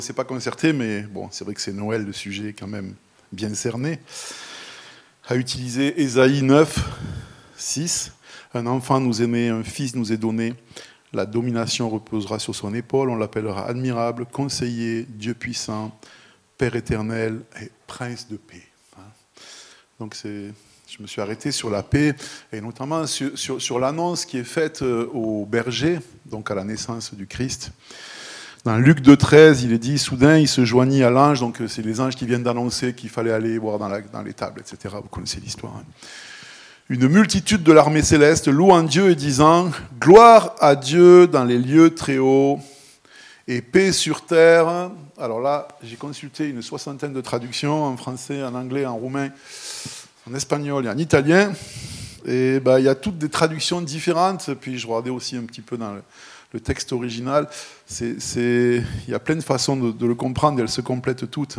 ne s'est pas concerté, mais bon, c'est vrai que c'est Noël, le sujet est quand même bien cerné, a utilisé Ésaïe 9, 6. Un enfant nous est né, un fils nous est donné. La domination reposera sur son épaule. On l'appellera admirable, conseiller, Dieu puissant, Père éternel et prince de paix. Donc je me suis arrêté sur la paix, et notamment sur l'annonce qui est faite aux bergers, donc à la naissance du Christ. Dans Luc 2,13, il est dit, soudain, il se joignit à l'ange, donc c'est les anges qui viennent d'annoncer qu'il fallait aller voir dans les tables, etc. Vous connaissez l'histoire. Hein. Une multitude de l'armée céleste louant Dieu et disant, gloire à Dieu dans les lieux très hauts et paix sur terre. Alors là, j'ai consulté une 60aine de traductions en français, en anglais, en roumain, en espagnol et en italien. Et il y a toutes des traductions différentes, puis je regardais aussi un petit peu dans le texte original, il y a plein de façons de le comprendre, et elles se complètent toutes.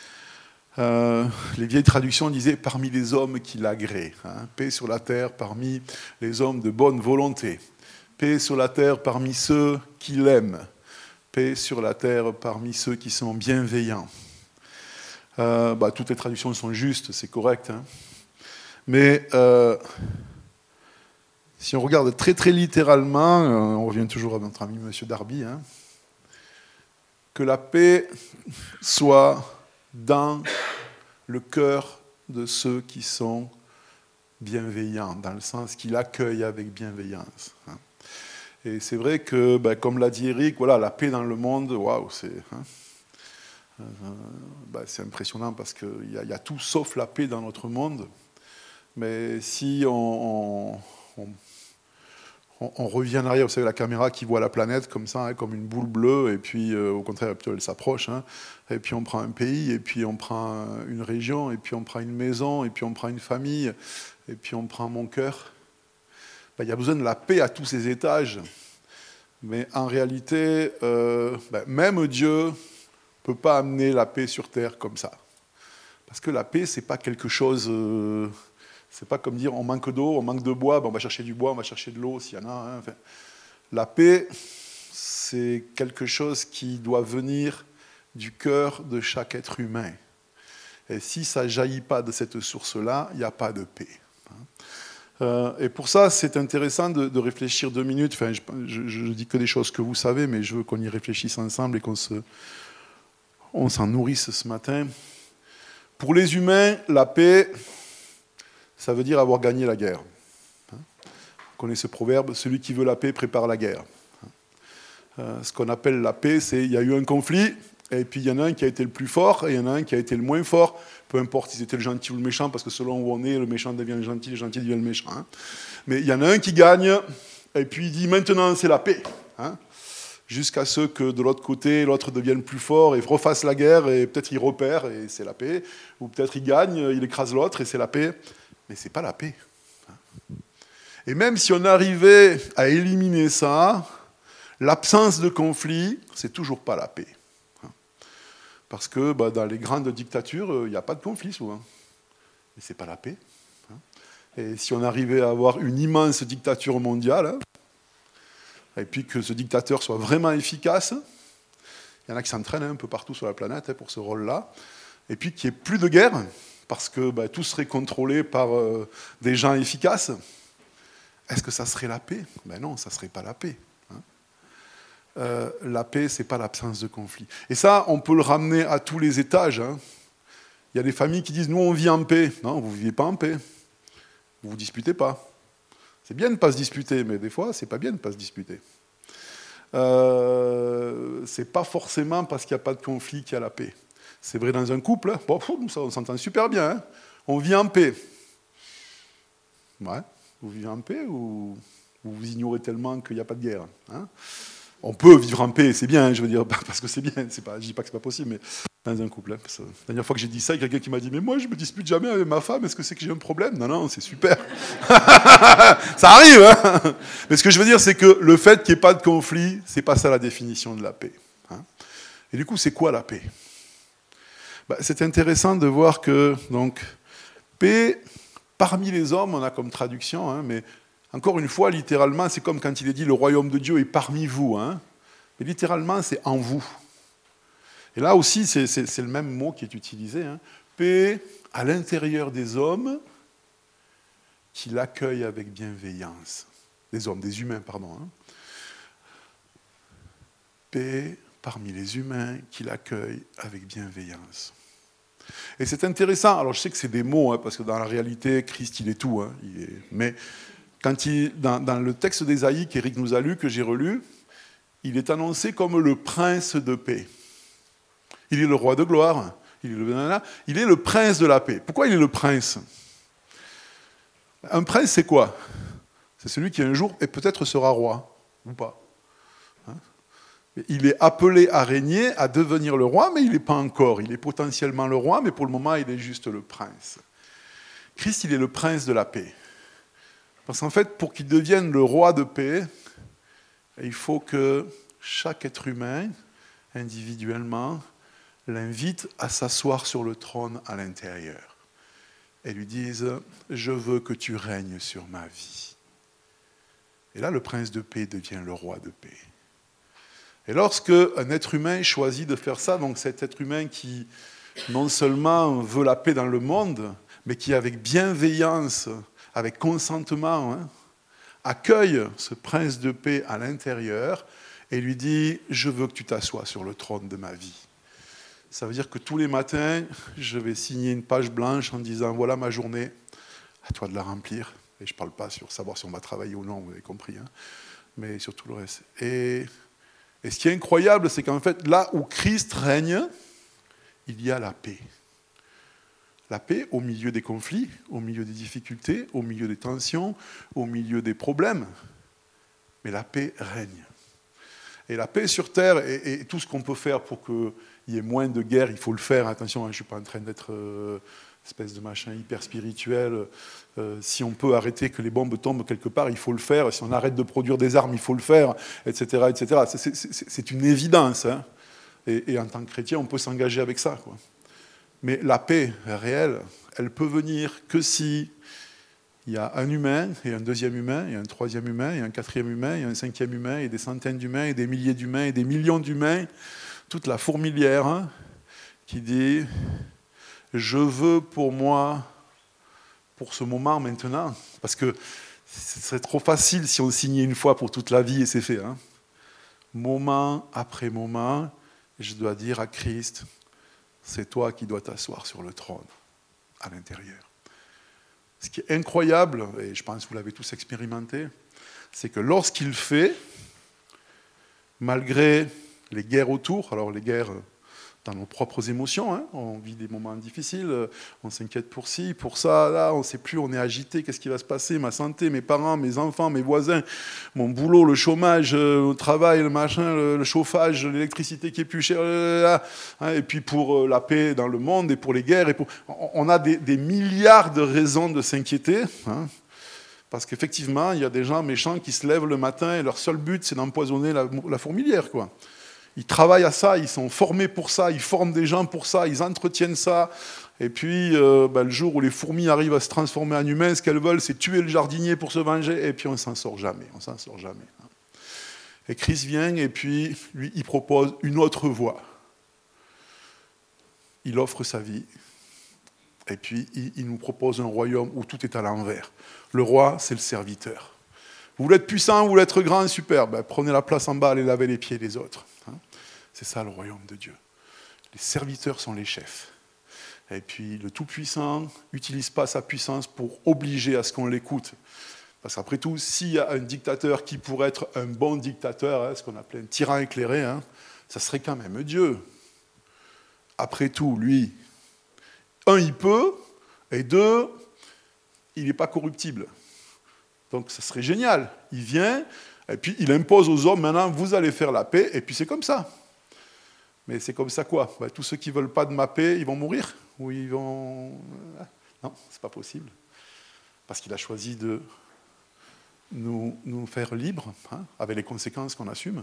Les vieilles traductions disaient « parmi les hommes qui l'agréent hein, »,« paix sur la terre parmi les hommes de bonne volonté »,« paix sur la terre parmi ceux qui l'aiment »,« paix sur la terre parmi ceux qui sont bienveillants ». Toutes les traductions sont justes, c'est correct. Hein. Mais... si on regarde très très littéralement, on revient toujours à notre ami M. Darby, hein, que la paix soit dans le cœur de ceux qui sont bienveillants, dans le sens qu'ils l'accueillent avec bienveillance. Hein. Et c'est vrai que, comme l'a dit Eric, voilà, la paix dans le monde, waouh, c'est impressionnant parce qu'il y a tout sauf la paix dans notre monde. Mais si on revient en arrière, vous savez, la caméra qui voit la planète comme ça, hein, comme une boule bleue, et puis au contraire, elle s'approche, hein, et puis on prend un pays, et puis on prend une région, et puis on prend une maison, et puis on prend une famille, et puis on prend mon cœur. Il y a besoin de la paix à tous ces étages. Mais en réalité, même Dieu ne peut pas amener la paix sur terre comme ça. Parce que la paix, ce n'est pas quelque chose... c'est pas comme dire on manque d'eau, on manque de bois, on va chercher du bois, on va chercher de l'eau s'il y en a. Hein. Enfin, la paix, c'est quelque chose qui doit venir du cœur de chaque être humain. Et si ça ne jaillit pas de cette source-là, il n'y a pas de paix. Et pour ça, c'est intéressant de réfléchir 2 minutes. Enfin, je dis que des choses que vous savez, mais je veux qu'on y réfléchisse ensemble et qu'on s'en nourrisse ce matin. Pour les humains, la paix... ça veut dire avoir gagné la guerre. Vous connaissez ce proverbe, celui qui veut la paix prépare la guerre. Ce qu'on appelle la paix, c'est il y a eu un conflit, et puis il y en a un qui a été le plus fort, et il y en a un qui a été le moins fort, peu importe si c'était le gentil ou le méchant, parce que selon où on est, le méchant devient le gentil devient le méchant. Hein. Mais il y en a un qui gagne, et puis il dit maintenant c'est la paix. Hein. Jusqu'à ce que de l'autre côté, l'autre devienne plus fort et refasse la guerre, et peut-être il repère, et c'est la paix, ou peut-être il gagne, il écrase l'autre, et c'est la paix. Mais ce n'est pas la paix. Et même si on arrivait à éliminer ça, l'absence de conflit, c'est toujours pas la paix. Parce que dans les grandes dictatures, il n'y a pas de conflit souvent. Mais ce n'est pas la paix. Et si on arrivait à avoir une immense dictature mondiale, et puis que ce dictateur soit vraiment efficace, il y en a qui s'entraînent un peu partout sur la planète pour ce rôle-là, et puis qu'il n'y ait plus de guerre, parce que tout serait contrôlé par des gens efficaces, est-ce que ça serait la paix ? Non, ça ne serait pas la paix. La paix, ce n'est pas l'absence de conflit. Et ça, on peut le ramener à tous les étages. Hein. Il y a des familles qui disent « nous, on vit en paix ». Non, vous ne vivez pas en paix. Vous ne vous disputez pas. C'est bien de ne pas se disputer, mais des fois, ce n'est pas bien de ne pas se disputer. Ce n'est pas forcément parce qu'il n'y a pas de conflit qu'il y a la paix. C'est vrai dans un couple, hein. On s'entend super bien, hein. On vit en paix. Ouais, vous vivez en paix ou vous ignorez tellement qu'il n'y a pas de guerre, hein. On peut vivre en paix, c'est bien, hein, je veux dire, parce que c'est bien, je ne dis pas que ce n'est pas possible, mais dans un couple. Hein, la dernière fois que j'ai dit ça, il y a quelqu'un qui m'a dit « mais moi je ne me dispute jamais avec ma femme, est-ce que c'est que j'ai un problème ?» Non, c'est super. Ça arrive, hein. Mais ce que je veux dire, c'est que le fait qu'il n'y ait pas de conflit, ce n'est pas ça la définition de la paix. Hein. Et du coup, c'est quoi la paix ? C'est intéressant de voir que, donc, paix, parmi les hommes, on a comme traduction, hein, mais encore une fois, littéralement, c'est comme quand il est dit « le royaume de Dieu est parmi vous hein. ». Mais littéralement, c'est en vous. Et là aussi, c'est le même mot qui est utilisé. Hein. Paix à l'intérieur des hommes qui l'accueillent avec bienveillance. Des hommes, des humains, pardon. Hein. Paix parmi les humains qui l'accueillent avec bienveillance. Et c'est intéressant, alors je sais que c'est des mots, hein, parce que dans la réalité, Christ, il est tout. Hein, mais quand dans le texte d'Ésaïe qu'Éric nous a lu, que j'ai relu, il est annoncé comme le prince de paix. Il est le roi de gloire, il est le prince de la paix. Pourquoi il est le prince ? Un prince, c'est quoi ? C'est celui qui un jour, et peut-être sera roi, ou pas. Il est appelé à régner, à devenir le roi, mais il n'est pas encore. Il est potentiellement le roi, mais pour le moment, il est juste le prince. Christ, il est le prince de la paix. Parce qu'en fait, pour qu'il devienne le roi de paix, il faut que chaque être humain, individuellement, l'invite à s'asseoir sur le trône à l'intérieur. Et lui dise « Je veux que tu règnes sur ma vie ». Et là, le prince de paix devient le roi de paix. Et lorsque un être humain choisit de faire ça, donc cet être humain qui non seulement veut la paix dans le monde, mais qui avec bienveillance, avec consentement, accueille ce prince de paix à l'intérieur et lui dit « Je veux que tu t'assoies sur le trône de ma vie ». Ça veut dire que tous les matins, je vais signer une page blanche en disant « Voilà ma journée, à toi de la remplir ». Et je ne parle pas sur savoir si on va travailler ou non, vous avez compris, hein, mais sur tout le reste. Et ce qui est incroyable, c'est qu'en fait, là où Christ règne, il y a la paix. La paix au milieu des conflits, au milieu des difficultés, au milieu des tensions, au milieu des problèmes. Mais la paix règne. Et la paix sur terre, et tout ce qu'on peut faire pour qu'il y ait moins de guerre, il faut le faire. Attention, je ne suis pas en train d'être espèce de machin hyper spirituel. Si on peut arrêter que les bombes tombent quelque part, il faut le faire. Si on arrête de produire des armes, il faut le faire, etc. etc. C'est une évidence. Hein. Et en tant que chrétien, on peut s'engager avec ça, quoi. Mais la paix réelle, elle peut venir que si il y a un humain, et un deuxième humain, et un troisième humain, et un quatrième humain, et un cinquième humain, et des centaines d'humains, et des milliers d'humains, et des millions d'humains, toute la fourmilière, hein, qui dit « Je veux pour moi, pour ce moment maintenant », parce que ce serait trop facile si on signait une fois pour toute la vie, et c'est fait. Hein. Moment après moment, je dois dire à Christ, c'est toi qui dois t'asseoir sur le trône, à l'intérieur. Ce qui est incroyable, et je pense que vous l'avez tous expérimenté, c'est que lorsqu'il fait, malgré les guerres autour, alors les guerres dans nos propres émotions, hein, on vit des moments difficiles, on s'inquiète pour ci, pour ça, là, on ne sait plus, on est agité, qu'est-ce qui va se passer, ma santé, mes parents, mes enfants, mes voisins, mon boulot, le chômage, le travail, le machin, le chauffage, l'électricité qui est plus chère, hein, et puis pour la paix dans le monde et pour les guerres, on a des milliards de raisons de s'inquiéter, hein, parce qu'effectivement, il y a des gens méchants qui se lèvent le matin et leur seul but, c'est d'empoisonner la fourmilière, quoi. Ils travaillent à ça, ils sont formés pour ça, ils forment des gens pour ça, ils entretiennent ça. Et puis, le jour où les fourmis arrivent à se transformer en humains, ce qu'elles veulent, c'est tuer le jardinier pour se venger. Et puis, on ne s'en sort jamais, Et Christ vient, et puis, lui, il propose une autre voie. Il offre sa vie. Et puis, il nous propose un royaume où tout est à l'envers. Le roi, c'est le serviteur. Vous voulez être puissant, vous voulez être grand, super. Prenez la place en bas, allez laver les pieds des autres. C'est ça le royaume de Dieu. Les serviteurs sont les chefs. Et puis le Tout-Puissant n'utilise pas sa puissance pour obliger à ce qu'on l'écoute. Parce qu'après tout, s'il y a un dictateur qui pourrait être un bon dictateur, hein, ce qu'on appelait un tyran éclairé, hein, ça serait quand même Dieu. Après tout, lui, un, il peut, et deux, il n'est pas corruptible. Donc ça serait génial. Il vient, et puis il impose aux hommes, maintenant, vous allez faire la paix, et puis c'est comme ça. Mais c'est comme ça quoi ? Tous ceux qui ne veulent pas de ma paix, ils vont mourir ? Ou ils vont... Non, ce n'est pas possible. Parce qu'il a choisi de nous faire libres, hein, avec les conséquences qu'on assume.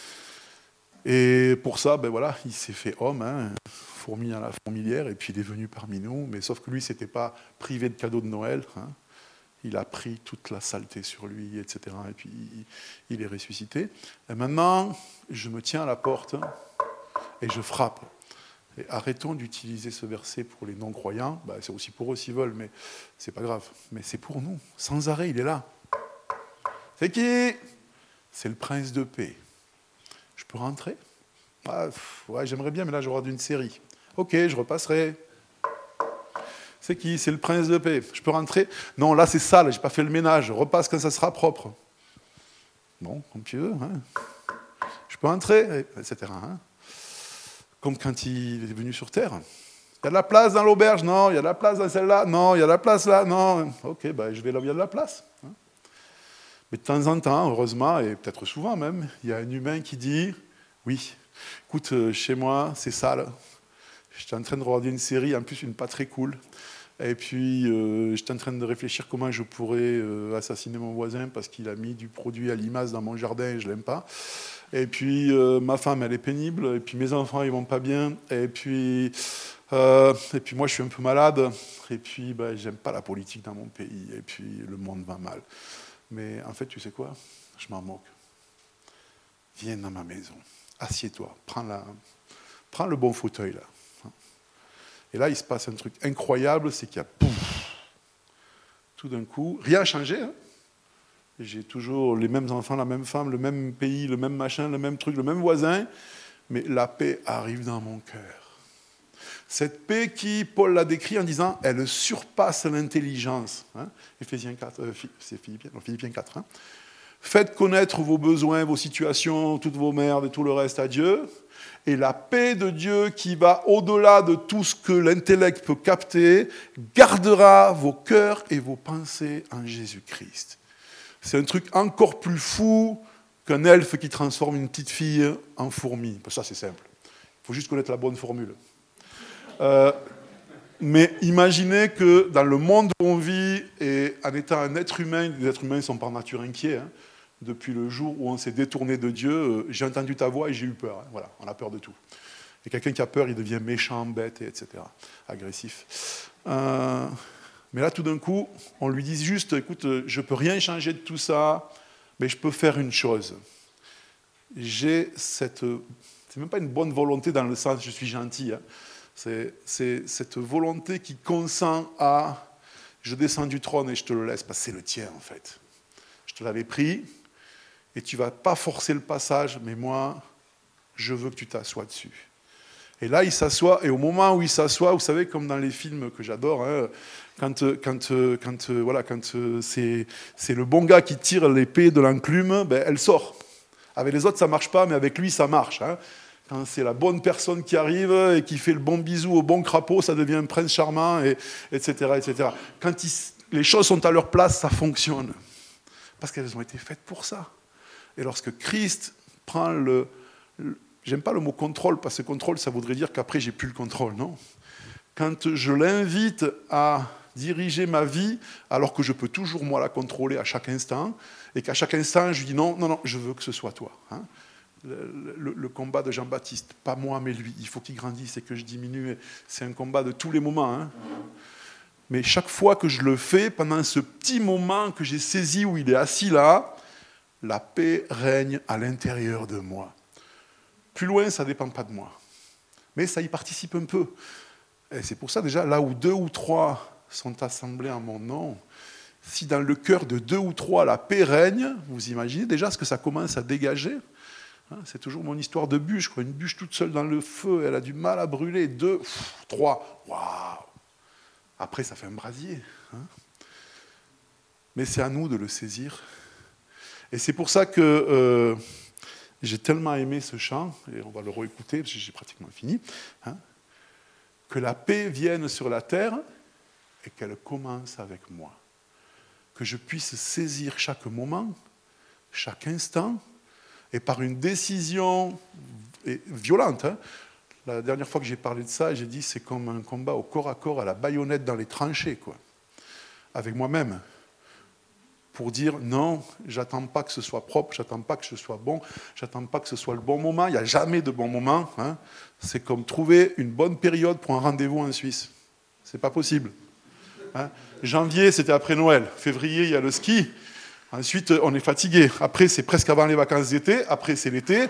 Et pour ça, il s'est fait homme, hein, fourmi à la fourmilière, et puis il est venu parmi nous. Mais sauf que lui, il ne s'était pas privé de cadeaux de Noël. Hein. Il a pris toute la saleté sur lui, etc. Et puis il est ressuscité. Et maintenant, je me tiens à la porte... et je frappe. Et arrêtons d'utiliser ce verset pour les non-croyants. C'est aussi pour eux s'ils veulent, mais c'est pas grave. Mais c'est pour nous. Sans arrêt, il est là. C'est qui? C'est le prince de paix. Je peux rentrer? Ouais, j'aimerais bien, mais là, je regarde une série. Ok, je repasserai. C'est qui? C'est le prince de paix. Je peux rentrer? Non, là, c'est sale, j'ai pas fait le ménage. Je repasse quand ça sera propre. Bon, comme tu veux. Hein. Je peux entrer, etc. Hein. Comme quand il est venu sur Terre. Il y a de la place dans l'auberge? Non. Il y a de la place dans celle-là? Non. Il y a de la place là? Non. Ok, je vais là où il y a de la place. Hein. Mais de temps en temps, heureusement, et peut-être souvent même, il y a un humain qui dit, oui, écoute, chez moi, c'est sale. J'étais en train de regarder une série, en plus une pas très cool. Et puis, j'étais en train de réfléchir comment je pourrais assassiner mon voisin parce qu'il a mis du produit à limace dans mon jardin et je ne l'aime pas. Et puis, ma femme, elle est pénible. Et puis, mes enfants, ils ne vont pas bien. Et puis, moi, je suis un peu malade. Et puis, je n'aime pas la politique dans mon pays. Et puis, le monde va mal. Mais en fait, tu sais quoi? Je m'en moque. Viens dans ma maison. Assieds-toi. Prends le bon fauteuil, là. Et là, il se passe un truc incroyable, c'est qu'il y a pouf, tout d'un coup, rien n'a changé. Hein. J'ai toujours les mêmes enfants, la même femme, le même pays, le même machin, le même truc, le même voisin, mais la paix arrive dans mon cœur. Cette paix qui, Paul l'a décrit en disant, elle surpasse l'intelligence. Hein. Éphésiens 4, c'est Philippiens 4. Hein. Faites connaître vos besoins, vos situations, toutes vos merdes et tout le reste à Dieu. Et la paix de Dieu qui va au-delà de tout ce que l'intellect peut capter, gardera vos cœurs et vos pensées en Jésus-Christ. C'est un truc encore plus fou qu'un elfe qui transforme une petite fille en fourmi. Ça, c'est simple. Il faut juste connaître la bonne formule. Mais imaginez que dans le monde où on vit, et en étant un être humain, les êtres humains sont par nature inquiets, hein, depuis le jour où on s'est détourné de Dieu, j'ai entendu ta voix et j'ai eu peur. Hein. Voilà, on a peur de tout. Et quelqu'un qui a peur, il devient méchant, bête, etc., agressif. Mais là, tout d'un coup, on lui dit juste, écoute, je ne peux rien changer de tout ça, mais je peux faire une chose. J'ai cette... C'est même pas une bonne volonté dans le sens je suis gentil. Hein. C'est cette volonté qui consent à je descends du trône et je te le laisse, parce que c'est le tien en fait. Je te l'avais pris et tu ne vas pas forcer le passage, mais moi, je veux que tu t'assoies dessus. Et là, il s'assoit, et au moment où il s'assoit, vous savez, comme dans les films que j'adore, hein, quand c'est le bon gars qui tire l'épée de l'enclume, elle sort. Avec les autres, ça ne marche pas, mais avec lui, ça marche. Hein. Quand c'est la bonne personne qui arrive et qui fait le bon bisou au bon crapaud, ça devient un prince charmant, etc., etc. Quand les choses sont à leur place, ça fonctionne. Parce qu'elles ont été faites pour ça. Et lorsque Christ prend j'aime pas le mot contrôle, parce que contrôle, ça voudrait dire qu'après, j'ai plus le contrôle, non. Quand je l'invite à diriger ma vie, alors que je peux toujours, moi, la contrôler à chaque instant, et qu'à chaque instant, je lui dis non, je veux que ce soit toi. Hein. Le combat de Jean-Baptiste, pas moi, mais lui, il faut qu'il grandisse et que je diminue. C'est un combat de tous les moments. Hein. Mais chaque fois que je le fais, pendant ce petit moment que j'ai saisi où il est assis là, la paix règne à l'intérieur de moi. Plus loin, ça ne dépend pas de moi. Mais ça y participe un peu. Et c'est pour ça, déjà, là où 2 ou 3 sont assemblés en mon nom, si dans le cœur de 2 ou 3, la paix règne, vous imaginez déjà ce que ça commence à dégager. C'est toujours mon histoire de bûche. Une bûche toute seule dans le feu, elle a du mal à brûler. 2, 3, waouh! Après, ça fait un brasier. Mais c'est à nous de le saisir. Et c'est pour ça que j'ai tellement aimé ce chant, et on va le réécouter, parce que j'ai pratiquement fini, que la paix vienne sur la terre et qu'elle commence avec moi. Que je puisse saisir chaque moment, chaque instant, et par une décision violente. Hein. La dernière fois que j'ai parlé de ça, j'ai dit c'est comme un combat au corps à corps, à la baïonnette dans les tranchées, quoi, avec moi-même. Pour dire non, j'attends pas que ce soit propre, j'attends pas que ce soit bon, j'attends pas que ce soit le bon moment, il n'y a jamais de bon moment. Hein. C'est comme trouver une bonne période pour un rendez-vous en Suisse. C'est pas possible. Hein. Janvier, c'était après Noël. Février, il y a le ski. Ensuite, on est fatigué. Après, c'est presque avant les vacances d'été. Après, c'est l'été.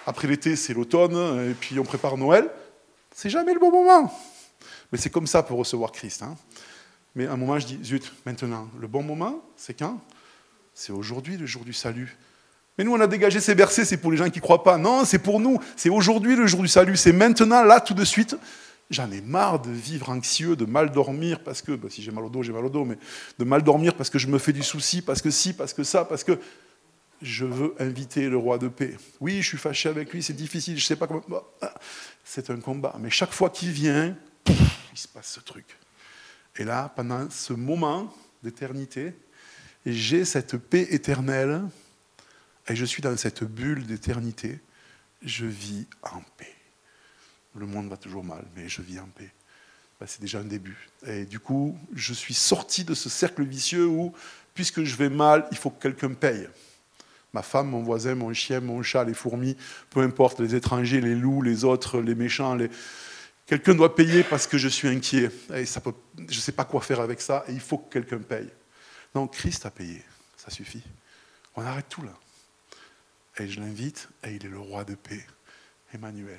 Après l'été, c'est l'automne, et puis on prépare Noël. C'est jamais le bon moment. Mais c'est comme ça pour recevoir Christ. Hein. Mais à un moment, je dis, zut, maintenant, le bon moment, c'est quand ? C'est aujourd'hui, le jour du salut. Mais nous, on a dégagé ces versets, c'est pour les gens qui ne croient pas. Non, c'est pour nous. C'est aujourd'hui, le jour du salut. C'est maintenant, là, tout de suite. J'en ai marre de vivre anxieux, de mal dormir, parce que, si j'ai mal au dos, j'ai mal au dos, mais de mal dormir parce que je me fais du souci, parce que si, parce que ça, parce que je veux inviter le roi de paix. Oui, je suis fâché avec lui, c'est difficile, je ne sais pas comment... C'est un combat. Mais chaque fois qu'il vient, il se passe ce truc. Et là, pendant ce moment d'éternité, j'ai cette paix éternelle, et je suis dans cette bulle d'éternité. Je vis en paix. Le monde va toujours mal, mais je vis en paix. C'est déjà un début. Et du coup, je suis sorti de ce cercle vicieux où, puisque je vais mal, il faut que quelqu'un paye. Ma femme, mon voisin, mon chien, mon chat, les fourmis, peu importe, les étrangers, les loups, les autres, les méchants, quelqu'un doit payer parce que je suis inquiet. Et je ne sais pas quoi faire avec ça, et il faut que quelqu'un paye. Non, Christ a payé, ça suffit. On arrête tout là. Et je l'invite, et il est le roi de paix. Emmanuel.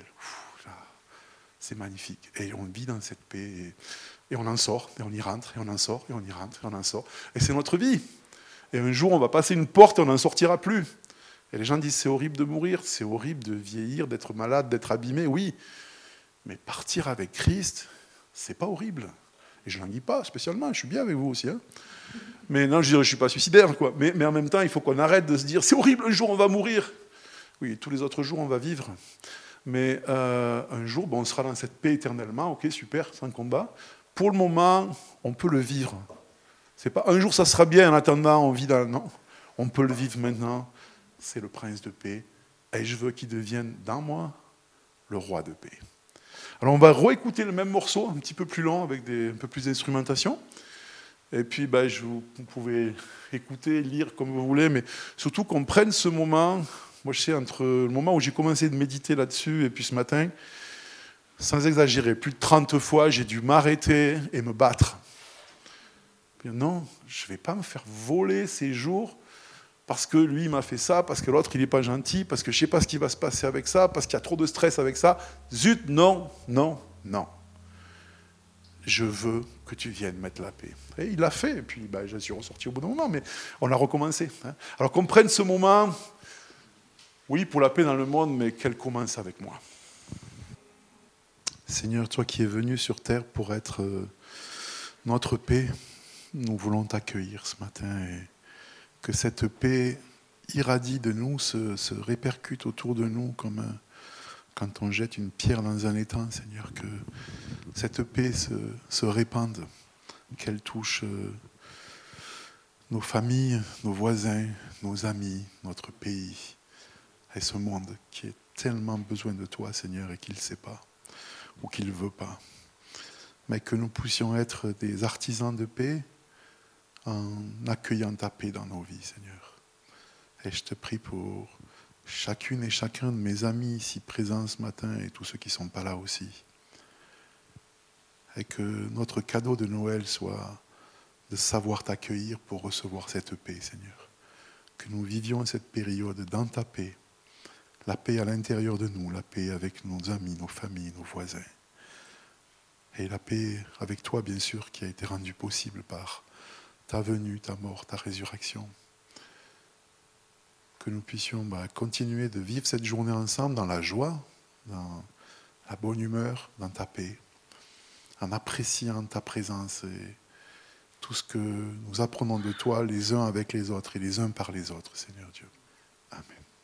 C'est magnifique. Et on vit dans cette paix. Et on en sort, et on y rentre, et on en sort, et on y rentre, et on en sort. Et c'est notre vie. Et un jour, on va passer une porte et on n'en sortira plus. Et les gens disent, c'est horrible de mourir, c'est horrible de vieillir, d'être malade, d'être abîmé. Oui, mais partir avec Christ, c'est pas horrible. Et je n'en dis pas spécialement, je suis bien avec vous aussi. Hein. Mais non, je ne suis pas suicidaire, quoi. Mais en même temps, il faut qu'on arrête de se dire, c'est horrible, un jour on va mourir. Oui, tous les autres jours, on va vivre. Mais un jour, on sera dans cette paix éternellement, ok, super, sans combat. Pour le moment, on peut le vivre. C'est pas un jour ça sera bien, en attendant, on vit dans... Non, on peut le vivre maintenant. C'est le prince de paix. Et je veux qu'il devienne, dans moi, le roi de paix. Alors on va réécouter le même morceau, un petit peu plus long, avec un peu plus d'instrumentation. Et puis, vous pouvez écouter, lire comme vous voulez, mais surtout qu'on prenne ce moment... Moi, je sais, entre le moment où j'ai commencé de méditer là-dessus et puis ce matin, sans exagérer, plus de 30 fois, j'ai dû m'arrêter et me battre. Puis, non, je ne vais pas me faire voler ces jours parce que lui, il m'a fait ça, parce que l'autre, il n'est pas gentil, parce que je ne sais pas ce qui va se passer avec ça, parce qu'il y a trop de stress avec ça. Zut, non, non, non. Je veux que tu viennes mettre la paix. Et il l'a fait, et puis je suis ressorti au bout d'un moment, mais on a recommencé. Hein. Alors qu'on prenne ce moment... Oui, pour la paix dans le monde, mais qu'elle commence avec moi. Seigneur, toi qui es venu sur terre pour être notre paix, nous voulons t'accueillir ce matin et que cette paix irradie de nous, se répercute autour de nous comme quand on jette une pierre dans un étang, Seigneur, que cette paix se répande, qu'elle touche nos familles, nos voisins, nos amis, notre pays. Et ce monde qui a tellement besoin de toi, Seigneur, et qui ne le sait pas, ou qui ne le veut pas. Mais que nous puissions être des artisans de paix en accueillant ta paix dans nos vies, Seigneur. Et je te prie pour chacune et chacun de mes amis ici présents ce matin et tous ceux qui ne sont pas là aussi. Et que notre cadeau de Noël soit de savoir t'accueillir pour recevoir cette paix, Seigneur. Que nous vivions cette période dans ta paix. La paix à l'intérieur de nous, la paix avec nos amis, nos familles, nos voisins. Et la paix avec toi, bien sûr, qui a été rendue possible par ta venue, ta mort, ta résurrection. Que nous puissions continuer de vivre cette journée ensemble dans la joie, dans la bonne humeur, dans ta paix, en appréciant ta présence et tout ce que nous apprenons de toi les uns avec les autres et les uns par les autres, Seigneur Dieu. Amen.